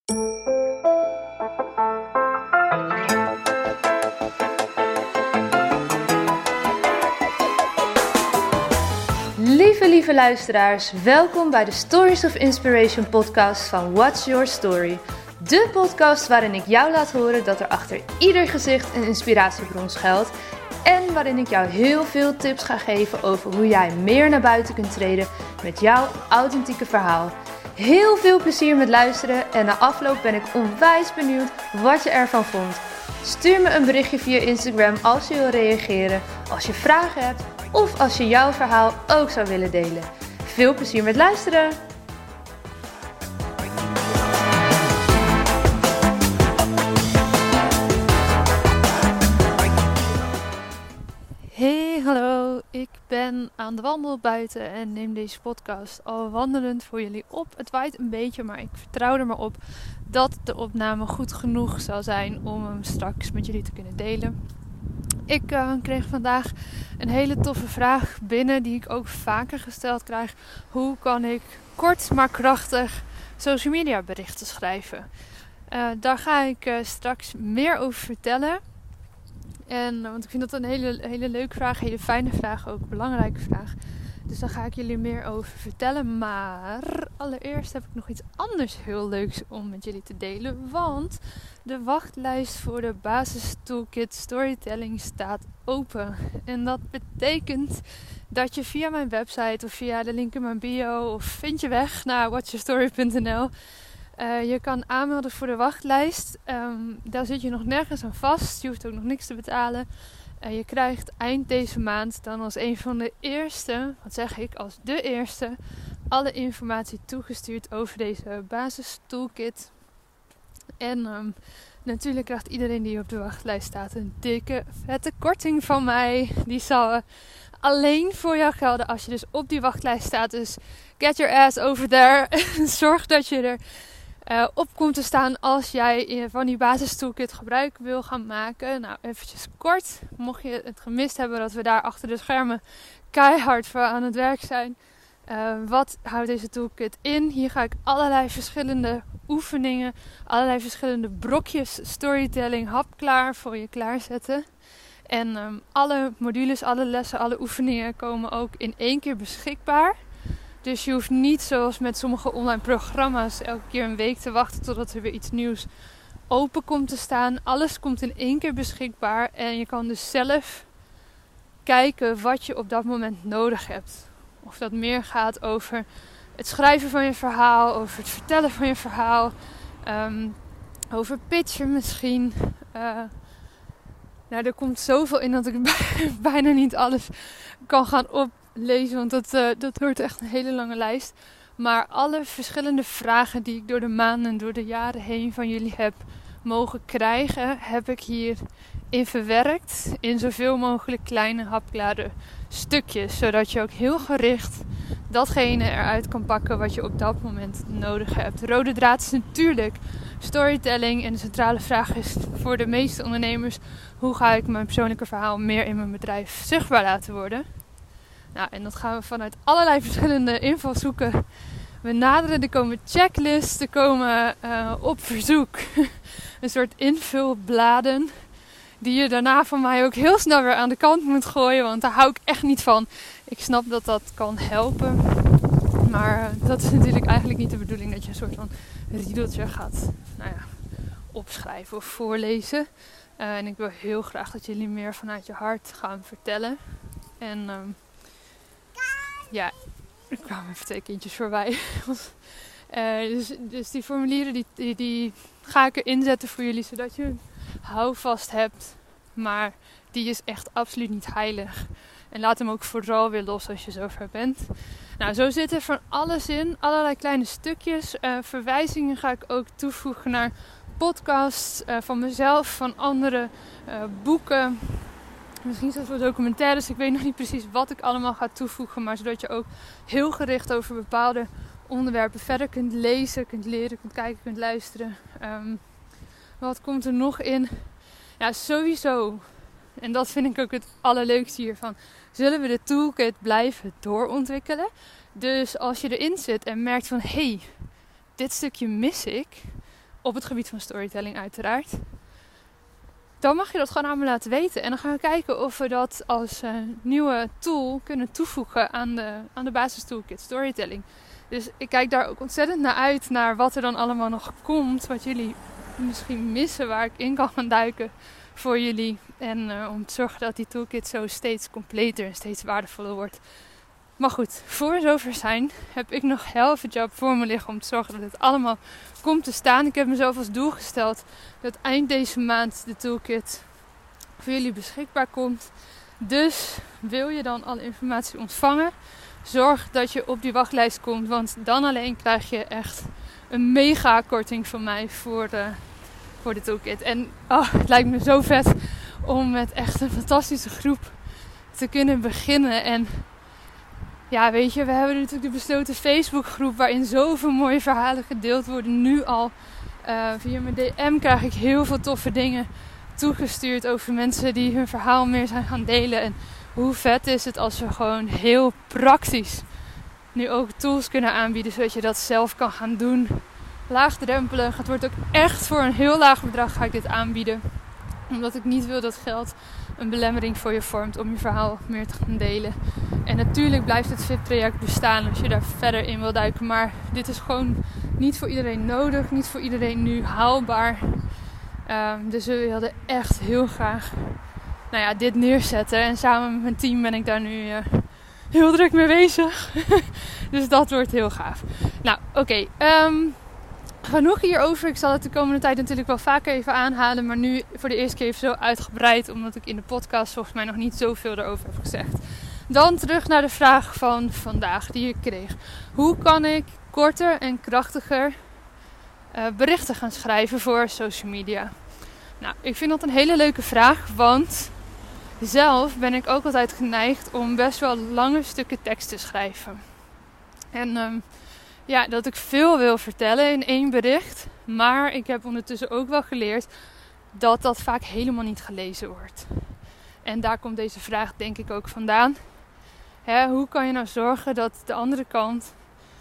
Lieve luisteraars, welkom bij de Stories of Inspiration podcast van What's Your Story. De podcast waarin ik jou laat horen dat er achter ieder gezicht een inspiratiebron schuilt. En waarin ik jou heel veel tips ga geven over hoe jij meer naar buiten kunt treden met jouw authentieke verhaal. Heel veel plezier met luisteren en na afloop ben ik onwijs benieuwd wat je ervan vond. Stuur me een berichtje via Instagram als je wil reageren, als je vragen hebt of als je jouw verhaal ook zou willen delen. Veel plezier met luisteren! Hey, hallo. Ik ben aan de wandel buiten en neem deze podcast al wandelend voor jullie op. Het waait een beetje, maar ik vertrouw er maar op dat de opname goed genoeg zal zijn om hem straks met jullie te kunnen delen. Ik kreeg vandaag een hele toffe vraag binnen die ik ook vaker gesteld krijg. Hoe kan ik kort maar krachtig social media berichten schrijven? Daar ga ik straks meer over vertellen. Want ik vind dat een hele leuke vraag, hele fijne vraag, ook een belangrijke vraag. Dus daar ga ik jullie meer over vertellen. Maar allereerst heb ik nog iets anders heel leuks om met jullie te delen. Want de wachtlijst voor de Basis Toolkit Storytelling staat open. En dat betekent dat je via mijn website of via de link in mijn bio of vind je weg naar whatyourstory.nl je kan aanmelden voor de wachtlijst. Daar zit je nog nergens aan vast. Je hoeft ook nog niks te betalen. Je krijgt eind deze maand dan als een van de eerste, als de eerste, alle informatie toegestuurd over deze basis toolkit. En natuurlijk krijgt iedereen die op de wachtlijst staat een dikke, vette korting van mij. Die zal alleen voor jou gelden als je dus op die wachtlijst staat. Dus get your ass over there. Zorg dat je er op komt te staan als jij van die basis toolkit gebruik wil gaan maken. Nou, eventjes kort. Mocht je het gemist hebben dat we daar achter de schermen keihard voor aan het werk zijn. Wat houdt deze toolkit in? Hier ga ik allerlei verschillende oefeningen, allerlei verschillende brokjes storytelling hapklaar voor je klaarzetten. En alle modules, alle lessen, alle oefeningen komen ook in één keer beschikbaar. Dus je hoeft niet zoals met sommige online programma's elke keer een week te wachten totdat er weer iets nieuws open komt te staan. Alles komt in één keer beschikbaar en je kan dus zelf kijken wat je op dat moment nodig hebt. Of dat meer gaat over het schrijven van je verhaal, over het vertellen van je verhaal, over pitchen misschien. Er komt zoveel in dat ik bijna niet alles kan gaan oplezen, want dat wordt echt een hele lange lijst. Maar alle verschillende vragen die ik door de maanden en door de jaren heen van jullie heb mogen krijgen, heb ik hierin verwerkt in zoveel mogelijk kleine hapklare stukjes. Zodat je ook heel gericht datgene eruit kan pakken wat je op dat moment nodig hebt. De rode draad is natuurlijk storytelling en de centrale vraag is voor de meeste ondernemers: hoe ga ik mijn persoonlijke verhaal meer in mijn bedrijf zichtbaar laten worden? Nou, en dat gaan we vanuit allerlei verschillende invalshoeken benaderen. Er komen checklists, er komen op verzoek een soort invulbladen die je daarna van mij ook heel snel weer aan de kant moet gooien, want daar hou ik echt niet van. Ik snap dat dat kan helpen, maar dat is natuurlijk eigenlijk niet de bedoeling dat je een soort van riedeltje gaat opschrijven of voorlezen. En ik wil heel graag dat jullie meer vanuit je hart gaan vertellen. En er kwamen even 2 kindjes voorbij. Dus die formulieren die ga ik erin zetten voor jullie, zodat je een houvast hebt. Maar die is echt absoluut niet heilig. En laat hem ook vooral weer los als je zover bent. Nou, zo zit er van alles in. Allerlei kleine stukjes. Verwijzingen ga ik ook toevoegen naar podcasts van mezelf, van andere boeken. Misschien zelfs wel documentaires. Ik weet nog niet precies wat ik allemaal ga toevoegen. Maar zodat je ook heel gericht over bepaalde onderwerpen verder kunt lezen, kunt leren, kunt kijken, kunt luisteren. Wat komt er nog in? Ja, sowieso. En dat vind ik ook het allerleukste hiervan. Zullen we de toolkit blijven doorontwikkelen? Dus als je erin zit en merkt van, hey, dit stukje mis ik. op het gebied van storytelling uiteraard. Dan mag je dat gewoon aan me laten weten. En dan gaan we kijken of we dat als nieuwe tool kunnen toevoegen aan de basis toolkit storytelling. Dus ik kijk daar ook ontzettend naar uit. Naar wat er dan allemaal nog komt. Wat jullie misschien missen. Waar ik in kan gaan duiken voor jullie. En om te zorgen dat die toolkit zo steeds completer en steeds waardevoller wordt. Maar goed, voor we zover zijn, heb ik nog heel veel job voor me liggen om te zorgen dat het allemaal komt te staan. Ik heb mezelf als doel gesteld dat eind deze maand de toolkit voor jullie beschikbaar komt. Dus wil je dan alle informatie ontvangen, zorg dat je op die wachtlijst komt. Want dan alleen krijg je echt een mega korting van mij voor de toolkit. En het lijkt me zo vet om met echt een fantastische groep te kunnen beginnen. En ja, weet je, we hebben natuurlijk de besloten Facebookgroep waarin zoveel mooie verhalen gedeeld worden. Nu al via mijn DM krijg ik heel veel toffe dingen toegestuurd over mensen die hun verhaal meer zijn gaan delen. En hoe vet is het als we gewoon heel praktisch nu ook tools kunnen aanbieden, zodat je dat zelf kan gaan doen. Laagdrempelig. Het wordt ook echt voor een heel laag bedrag ga ik dit aanbieden. Omdat ik niet wil dat geld een belemmering voor je vormt om je verhaal meer te gaan delen. En natuurlijk blijft het VIP-traject bestaan als je daar verder in wil duiken. Maar dit is gewoon niet voor iedereen nodig. Niet voor iedereen nu haalbaar. Dus we wilden echt heel graag dit neerzetten. En samen met mijn team ben ik daar nu heel druk mee bezig. Dus dat wordt heel gaaf. Nou, oké. Genoeg hierover. Ik zal het de komende tijd natuurlijk wel vaker even aanhalen. Maar nu voor de eerste keer even zo uitgebreid. Omdat ik in de podcast volgens mij nog niet zoveel erover heb gezegd. Dan terug naar de vraag van vandaag die ik kreeg. Hoe kan ik korter en krachtiger berichten gaan schrijven voor social media? Nou, ik vind dat een hele leuke vraag. Want zelf ben ik ook altijd geneigd om best wel lange stukken tekst te schrijven. En dat ik veel wil vertellen in één bericht. Maar ik heb ondertussen ook wel geleerd dat dat vaak helemaal niet gelezen wordt. En daar komt deze vraag denk ik ook vandaan. Hoe kan je nou zorgen dat de andere kant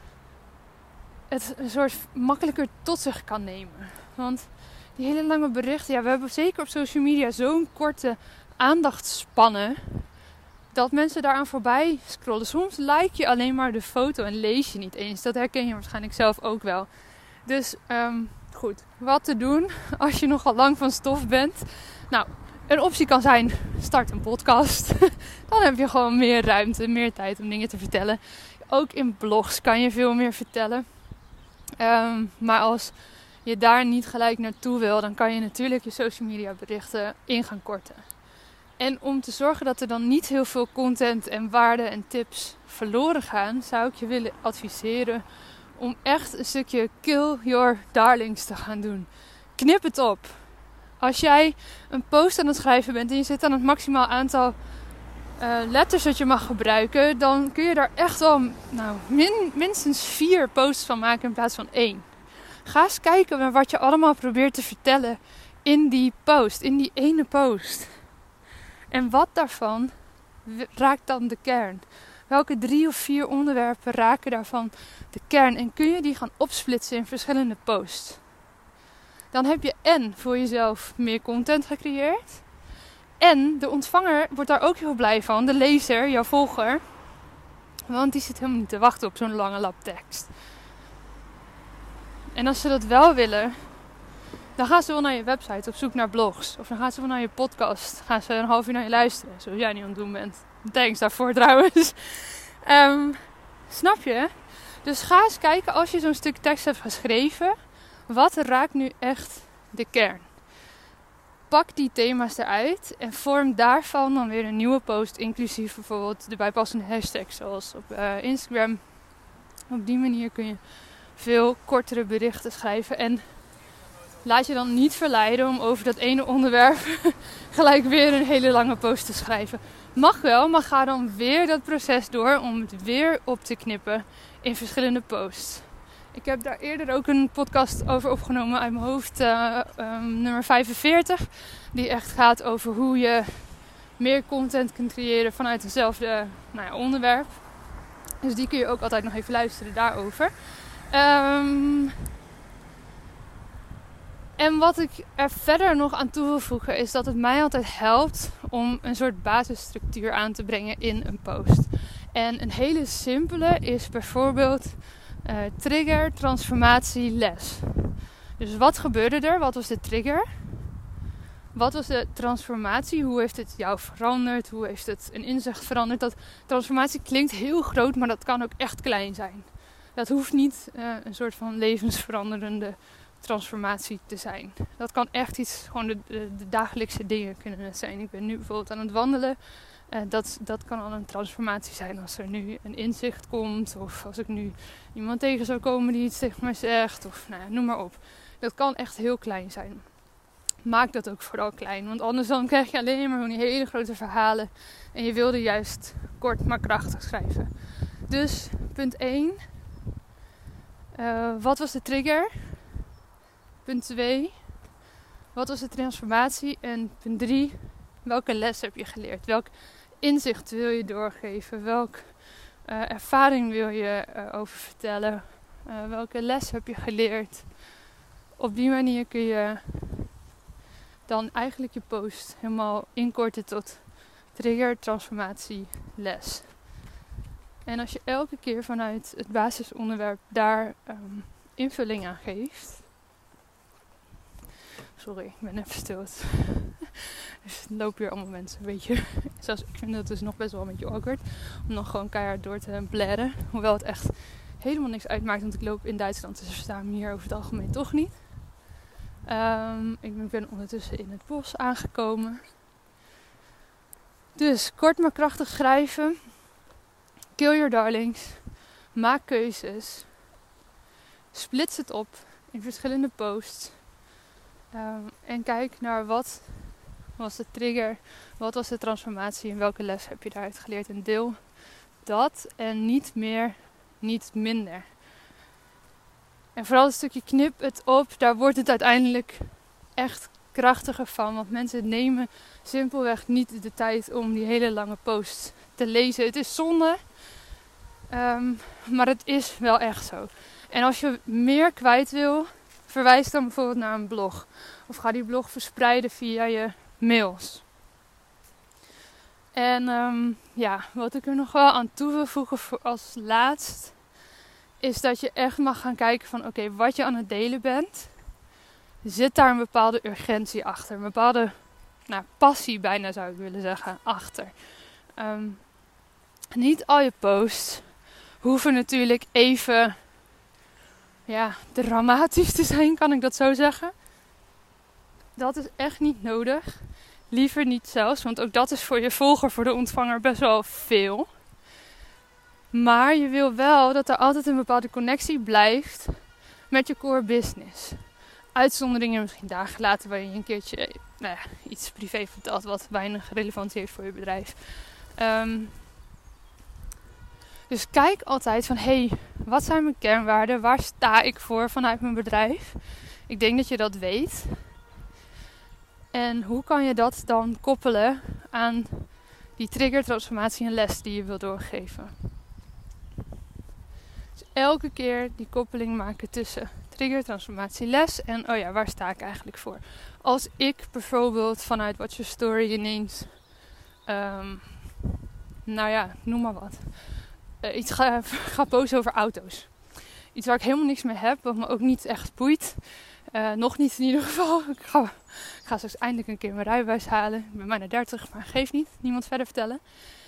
het een soort makkelijker tot zich kan nemen? Want die hele lange berichten, we hebben zeker op social media zo'n korte aandachtsspannen dat mensen daaraan voorbij scrollen. Soms like je alleen maar de foto en lees je niet eens. Dat herken je waarschijnlijk zelf ook wel. Dus goed, wat te doen als je nogal lang van stof bent? Nou, een optie kan zijn, start een podcast. Dan heb je gewoon meer ruimte, meer tijd om dingen te vertellen. Ook in blogs kan je veel meer vertellen. Maar als je daar niet gelijk naartoe wil, dan kan je natuurlijk je social media berichten in gaan korten. En om te zorgen dat er dan niet heel veel content en waarden en tips verloren gaan, zou ik je willen adviseren om echt een stukje kill your darlings te gaan doen. Knip het op. Als jij een post aan het schrijven bent en je zit aan het maximaal aantal letters dat je mag gebruiken, dan kun je daar echt wel minstens 4 posts van maken in plaats van 1. Ga eens kijken naar wat je allemaal probeert te vertellen in die post, in die ene post. En wat daarvan raakt dan de kern? Welke 3 of 4 onderwerpen raken daarvan de kern? En kun je die gaan opsplitsen in verschillende posts? Dan heb je en voor jezelf meer content gecreëerd. En de ontvanger wordt daar ook heel blij van. De lezer, jouw volger. Want die zit helemaal niet te wachten op zo'n lange lap tekst. En als ze dat wel willen, dan gaan ze wel naar je website op zoek naar blogs. Of dan gaan ze wel naar je podcast. Gaan ze een half uur naar je luisteren. Zoals jij nu aan het doen bent. Thanks daarvoor trouwens. Snap je? Dus ga eens kijken als je zo'n stuk tekst hebt geschreven. Wat raakt nu echt de kern? Pak die thema's eruit. En vorm daarvan dan weer een nieuwe post. Inclusief bijvoorbeeld de bijpassende hashtags. Zoals op Instagram. Op die manier kun je veel kortere berichten schrijven. En laat je dan niet verleiden om over dat ene onderwerp gelijk weer een hele lange post te schrijven. Mag wel, maar ga dan weer dat proces door om het weer op te knippen in verschillende posts. Ik heb daar eerder ook een podcast over opgenomen uit mijn hoofd, nummer 45. Die echt gaat over hoe je meer content kunt creëren vanuit hetzelfde onderwerp. Dus die kun je ook altijd nog even luisteren daarover. En wat ik er verder nog aan toe wil voegen is dat het mij altijd helpt om een soort basisstructuur aan te brengen in een post. En een hele simpele is bijvoorbeeld trigger, transformatie, les. Dus wat gebeurde er? Wat was de trigger? Wat was de transformatie? Hoe heeft het jou veranderd? Hoe heeft het een inzicht veranderd? Dat transformatie klinkt heel groot, maar dat kan ook echt klein zijn. Dat hoeft niet een soort van levensveranderende transformatie te zijn. Dat kan echt iets, gewoon de dagelijkse dingen kunnen het zijn. Ik ben nu bijvoorbeeld aan het wandelen. Dat kan al een transformatie zijn als er nu een inzicht komt. Of als ik nu iemand tegen zou komen die iets tegen mij zegt. Of nou ja, noem maar op. Dat kan echt heel klein zijn. Maak dat ook vooral klein. Want anders dan krijg je alleen maar van die hele grote verhalen. En je wilde juist kort maar krachtig schrijven. Dus punt 1. Wat was de trigger? Punt 2. Wat was de transformatie? En punt 3. Welke les heb je geleerd? Welk inzicht wil je doorgeven? Welke ervaring wil je over vertellen? Welke les heb je geleerd? Op die manier kun je dan eigenlijk je post helemaal inkorten tot trigger, transformatie, les. En als je elke keer vanuit het basisonderwerp daar invulling aan geeft. Sorry, ik ben even stil. Dus er lopen hier allemaal mensen een beetje. Zelfs ik vind het dus nog best wel een beetje awkward om nog gewoon keihard door te blaren. Hoewel het echt helemaal niks uitmaakt, want ik loop in Duitsland, dus we staan hier over het algemeen toch niet. Ik ben ondertussen in het bos aangekomen. Dus kort maar krachtig schrijven. Kill your darlings. Maak keuzes. Splits het op in verschillende posts. En kijk naar wat was de trigger, wat was de transformatie en welke les heb je daaruit geleerd. En deel dat en niet meer, niet minder. En vooral het stukje knip het op, daar wordt het uiteindelijk echt krachtiger van. Want mensen nemen simpelweg niet de tijd om die hele lange post te lezen. Het is zonde, maar het is wel echt zo. En als je meer kwijt wil, verwijs dan bijvoorbeeld naar een blog. Of ga die blog verspreiden via je mails. En wat ik er nog wel aan toe wil voegen voor als laatst, is dat je echt mag gaan kijken van oké, wat je aan het delen bent, zit daar een bepaalde urgentie achter. Een bepaalde passie bijna zou ik willen zeggen, achter. Niet al je posts hoeven natuurlijk even dramatisch te zijn, kan ik dat zo zeggen. Dat is echt niet nodig. Liever niet zelfs, want ook dat is voor je volger, voor de ontvanger best wel veel. Maar je wil wel dat er altijd een bepaalde connectie blijft met je core business. Uitzonderingen misschien dagen later waar je een keertje iets privé vertelt wat weinig relevantie heeft voor je bedrijf. Dus kijk altijd van wat zijn mijn kernwaarden? Waar sta ik voor vanuit mijn bedrijf? Ik denk dat je dat weet. En hoe kan je dat dan koppelen aan die trigger, transformatie en les die je wil doorgeven? Dus elke keer die koppeling maken tussen trigger, transformatie, les en waar sta ik eigenlijk voor? Als ik bijvoorbeeld vanuit Watch Your Story ineens, noem maar wat, iets ga posten over auto's. Iets waar ik helemaal niks mee heb, wat me ook niet echt boeit. Nog niet in ieder geval. Ik ga straks eindelijk een keer mijn rijbewijs halen. Ik ben bijna 30, maar geeft niet. Niemand verder vertellen.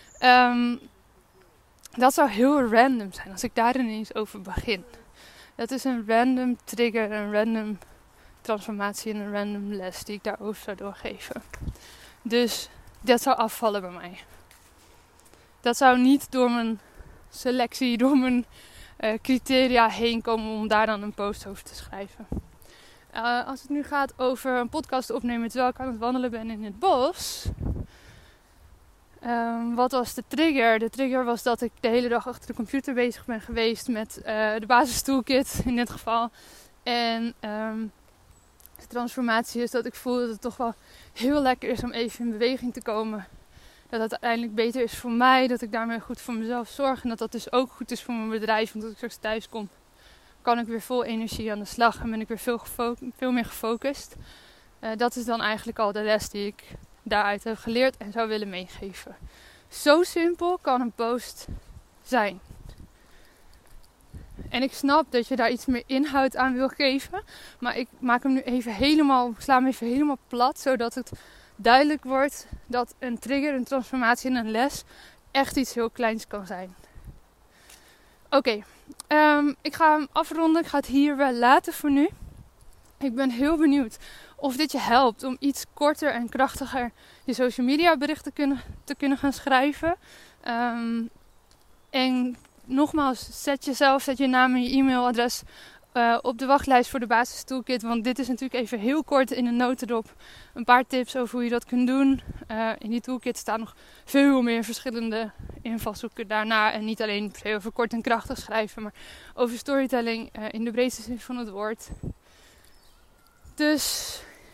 Dat zou heel random zijn als ik daar ineens over begin. Dat is een random trigger, een random transformatie en een random les die ik daarover zou doorgeven. Dus dat zou afvallen bij mij. Dat zou niet door mijn selectie, door mijn criteria heen komen om daar dan een post over te schrijven. Als het nu gaat over een podcast opnemen terwijl ik aan het wandelen ben in het bos. Wat was de trigger? De trigger was dat ik de hele dag achter de computer bezig ben geweest met de basis toolkit in dit geval. En de transformatie is dat ik voel dat het toch wel heel lekker is om even in beweging te komen. Dat het uiteindelijk beter is voor mij, dat ik daarmee goed voor mezelf zorg. En dat dat dus ook goed is voor mijn bedrijf, want als ik straks thuis kom, kan ik weer vol energie aan de slag en ben ik weer veel meer gefocust. Dat is dan eigenlijk al de les die ik daaruit heb geleerd en zou willen meegeven. Zo simpel kan een post zijn. En ik snap dat je daar iets meer inhoud aan wil geven. Maar ik maak hem nu sla hem even helemaal plat. Zodat het duidelijk wordt dat een trigger, een transformatie en een les echt iets heel kleins kan zijn. Oké, ik ga hem afronden. Ik ga het hier wel laten voor nu. Ik ben heel benieuwd of dit je helpt om iets korter en krachtiger je social media berichten te kunnen gaan schrijven. En nogmaals, zet je naam en je e-mailadres op de wachtlijst voor de Basis Toolkit. Want dit is natuurlijk even heel kort in een notendop een paar tips over hoe je dat kunt doen. In die toolkit staan nog veel meer verschillende invalshoeken daarna. En niet alleen per se over kort en krachtig schrijven, maar over storytelling in de breedste zin van het woord. Dus,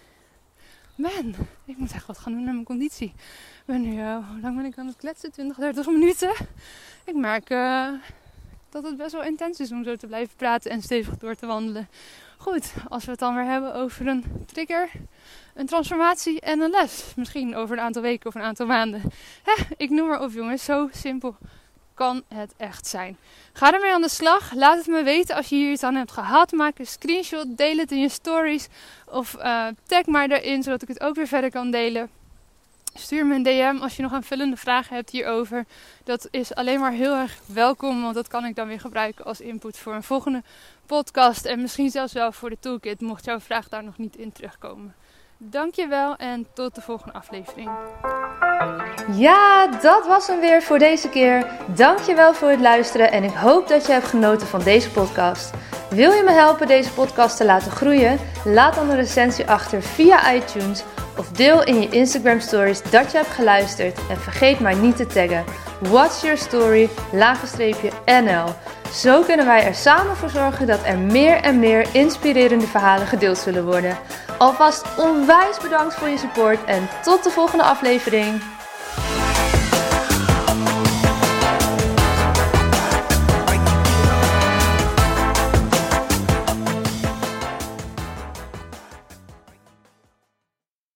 ik moet echt wat gaan doen aan mijn conditie. Hoe lang ben ik aan het kletsen? 20, 30 minuten. Ik merk dat het best wel intens is om zo te blijven praten en stevig door te wandelen. Goed, als we het dan weer hebben over een trigger, een transformatie en een les. Misschien over een aantal weken of een aantal maanden. Ik noem maar op, jongens. Zo simpel kan het echt zijn. Ga ermee aan de slag. Laat het me weten als je hier iets aan hebt gehad. Maak een screenshot, deel het in je stories. Of tag mij erin, zodat ik het ook weer verder kan delen. Stuur me een DM als je nog aanvullende vragen hebt hierover. Dat is alleen maar heel erg welkom, want dat kan ik dan weer gebruiken als input voor een volgende podcast. En misschien zelfs wel voor de toolkit, mocht jouw vraag daar nog niet in terugkomen. Dankjewel en tot de volgende aflevering. Ja, dat was hem weer voor deze keer. Dankjewel voor het luisteren en ik hoop dat je hebt genoten van deze podcast. Wil je me helpen deze podcast te laten groeien? Laat dan een recensie achter via iTunes of deel in je Instagram stories dat je hebt geluisterd en vergeet mij niet te taggen. What's your story, _NL. Zo kunnen wij er samen voor zorgen dat er meer en meer inspirerende verhalen gedeeld zullen worden. Alvast onwijs bedankt voor je support en tot de volgende aflevering.